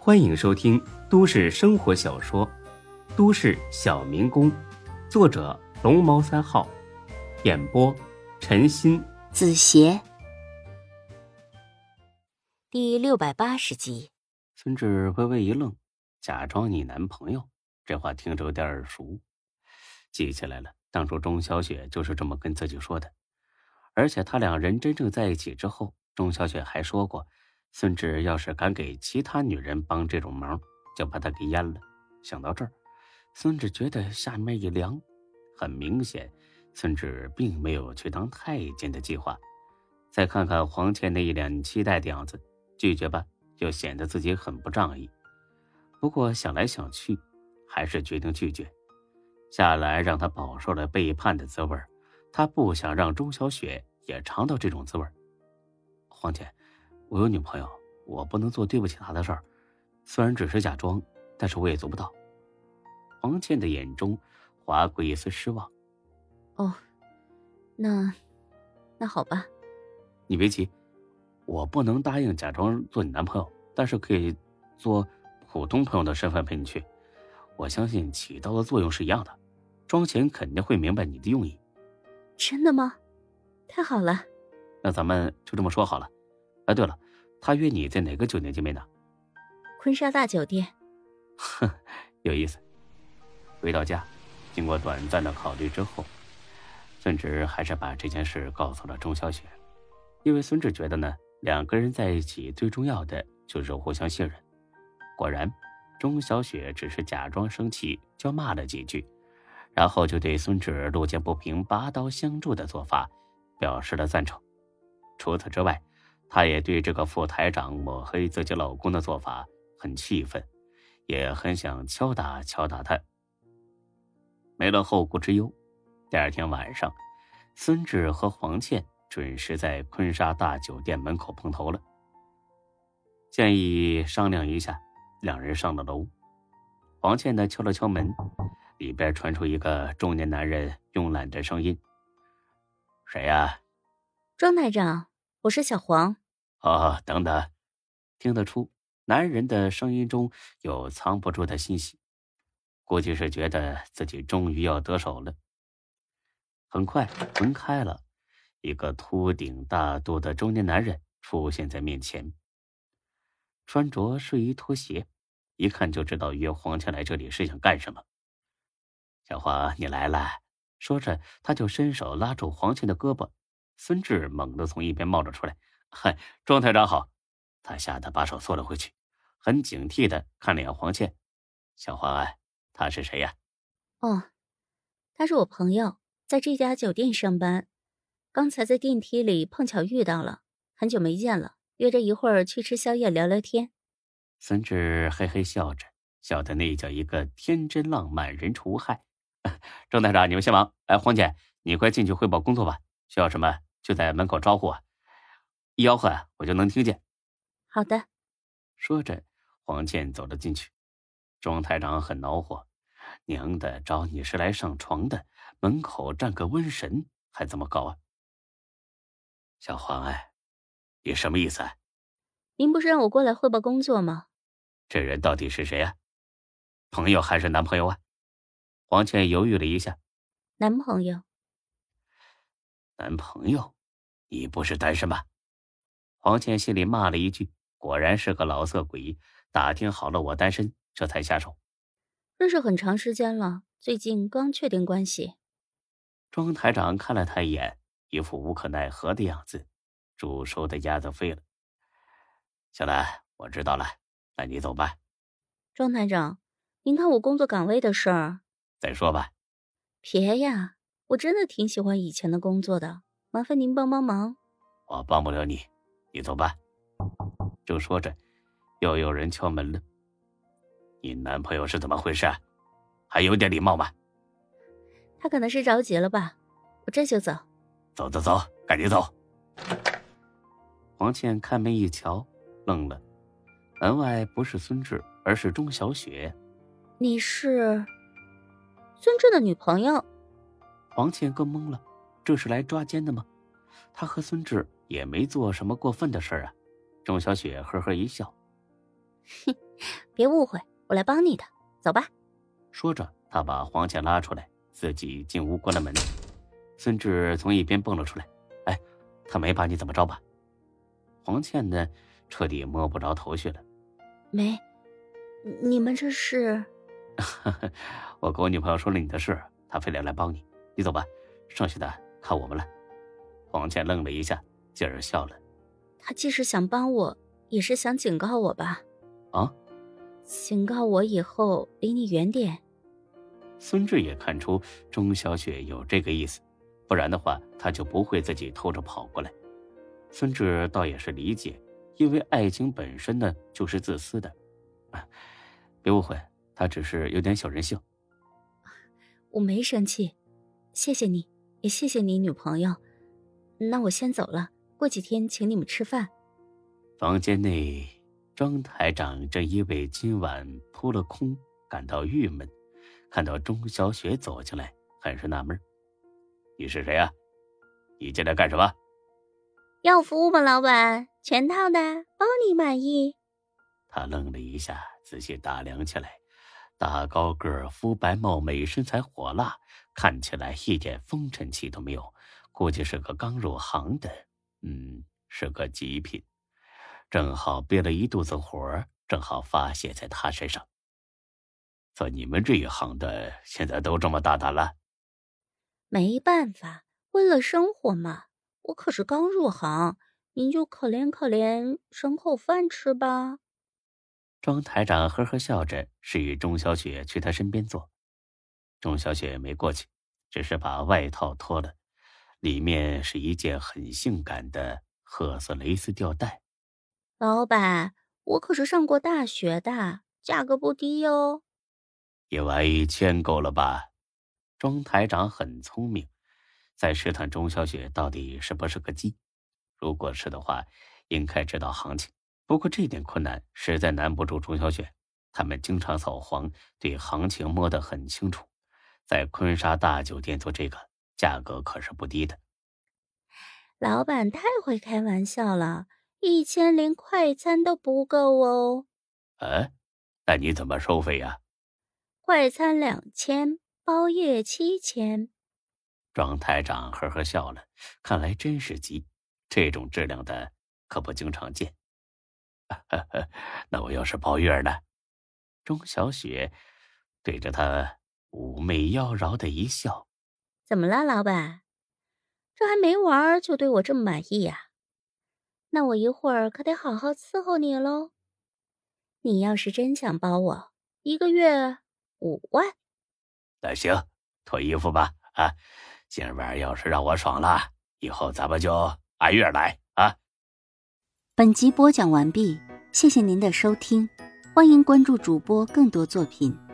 欢迎收听都市生活小说《都市小民工》，作者龙猫3号，演播陈鑫、 子邪，第680集。 孙志微微一愣，假装你男朋友，这话听着有点耳熟，记起来了，当初钟小雪就是这么跟自己说的。而且他两人真正在一起之后，钟小雪还说过，孙志要是敢给其他女人帮这种忙，就把他给阉了。想到这儿，孙志觉得下面一凉。很明显，孙志并没有去当太监的计划。再看看黄倩那一脸期待的样子，拒绝吧又显得自己很不仗义。不过想来想去，还是决定拒绝。下来让他饱受了背叛的滋味，他不想让钟小雪也尝到这种滋味。黄倩，我有女朋友，我不能做对不起她的事儿，虽然只是假装，但是我也做不到。黄倩的眼中划过一丝失望。 哦，那好吧。 你别急，我不能答应假装做你男朋友，但是可以做普通朋友的身份陪你去。我相信起到的作用是一样的，庄前肯定会明白你的用意。 真的吗？太好了。 那咱们就这么说好了。哎，对了，他约你在哪个酒店见面的？ 昆沙大酒店。 哼，有意思。回到家，经过短暂的考虑之后，孙志还是把这件事告诉了钟小雪。因为孙志觉得呢，两个人在一起最重要的就是互相信任。果然，钟小雪只是假装生气，就骂了几句，然后就对孙志路见不平拔刀相助的做法表示了赞成。除此之外，她也对这个副台长抹黑自己老公的做法很气愤，也很想敲打敲打他。没了后顾之忧，第二天晚上，孙志和黄倩准时在昆沙大酒店门口碰头了。建议商量一下，两人上了楼。黄倩呢敲了敲门，里边传出一个中年男人慵懒的声音：“谁呀？”“ 庄台长，我是小黄。”“ 哦，等等。”听得出男人的声音中有藏不住的欣喜，估计是觉得自己终于要得手了。很快门开了，一个秃顶大肚的中年男人出现在面前，穿着睡衣拖鞋，一看就知道约黄倩来这里是想干什么。“小黄，你来了。”说着他就伸手拉住黄倩的胳膊。孙志猛地从一边冒了出来：“嗨，庄台长好。”他吓得把手缩了回去，很警惕地看了眼黄倩。“小黄啊，他是谁呀？”“ 哦，他是我朋友，在这家酒店上班，刚才在电梯里碰巧遇到了，很久没见了，约着一会儿去吃宵夜聊聊天。” 孙志嘿嘿笑着，笑得那叫一个天真浪漫，人畜无害。“郑台长，你们先忙。哎，黄姐，你快进去汇报工作吧，需要什么就在门口招呼我，一吆喝我就能听见。”“ 好的。” 说着，黄倩走了进去。庄台长很恼火：“娘的，找你是来上床的，门口站个瘟神，还这么搞啊？”“小黄哎，你什么意思啊？”“ 您不是让我过来汇报工作吗？”“ 这人到底是谁啊？朋友还是男朋友啊？”黄倩犹豫了一下。 “男朋友。”“ 男朋友？你不是单身吧？”黄倩心里骂了一句，果然是个老色鬼，打听好了我单身，这才下手。 “认识很长时间了，最近刚确定关系。” 庄台长看了他一眼，一副无可奈何的样子。煮熟的鸭子飞了。“行了，我知道了，那你走吧。”“ 庄台长，您看我工作岗位的事儿。”“ 再说吧。”“ 别呀，我真的挺喜欢以前的工作的，麻烦您帮帮忙。”“ 我帮不了你，你走吧。”正说着，又有人敲门了。“你男朋友是怎么回事啊？还有点礼貌吗？”“ 他可能是着急了吧，我这就走。”“ 走走走，赶紧走。”黄倩开门一瞧，愣了。门外不是孙志，而是钟小雪。 “你是孙志的女朋友？” 黄倩更懵了，这是来抓奸的吗？他和孙志也没做什么过分的事啊。钟小雪呵呵一笑：“ 别误会，我来帮你的，走吧。 说着，他把黄倩拉出来，自己进屋关了门。孙志从一边蹦了出来，哎，他没把你怎么着吧？黄倩呢，彻底摸不着头绪了。 没，你们这是？ 我跟我女朋友说了你的事，她非得来帮你，你走吧，剩下的看我们了。黄倩愣了一下，继而笑了。 他既是想帮我，也是想警告我吧？ 啊？ 警告我以后离你远点。 孙志也看出钟小雪有这个意思，不然的话他就不会自己偷着跑过来。孙志倒也是理解，因为爱情本身呢就是自私的。别误会，他只是有点小任性。 我没生气，谢谢你，也谢谢你女朋友。那我先走了，过几天请你们吃饭。 房间内，庄台长正因为今晚扑了空感到郁闷，看到钟小雪走进来，很是纳闷。你是谁啊？你进来干什么？ 要服务吗，老板？全套的，包你满意。 他愣了一下，仔细打量起来，大高个、肤白貌美，身材火辣，看起来一点风尘气都没有，估计是个刚入行的，是个极品。正好憋了一肚子火，正好发泄在他身上。做你们这一行的，现在都这么大胆了？ 没办法，为了生活嘛。我可是刚入行，您就可怜可怜，省口饭吃吧。 庄台长呵呵笑着，示意钟小雪去他身边坐。钟小雪没过去，只是把外套脱了，里面是一件很性感的褐色蕾丝吊带。 老板，我可是上过大学的，价格不低哟。 11000够了吧？庄台长很聪明，在试探钟小雪到底是不是个鸡。如果是的话，应该知道行情。不过这点困难实在难不住钟小雪，他们经常扫黄，对行情摸得很清楚。在坤沙大酒店做这个，价格可是不低的。 老板太会开玩笑了，1000连快餐都不够哦。 那你怎么收费呀？ 快餐2000，包夜7000。 庄台长呵呵笑了，看来真是急，这种质量的可不经常见。那我要是包月呢？钟小雪对着他妩媚妖娆的一笑。 怎么了，老板？这还没玩就对我这么满意呀？那我一会儿可得好好伺候你喽。你要是真想包我，1个月5万。 那行，脱衣服吧。今晚要是让我爽了，以后咱们就按月来啊。 本集播讲完毕，谢谢您的收听，欢迎关注主播更多作品。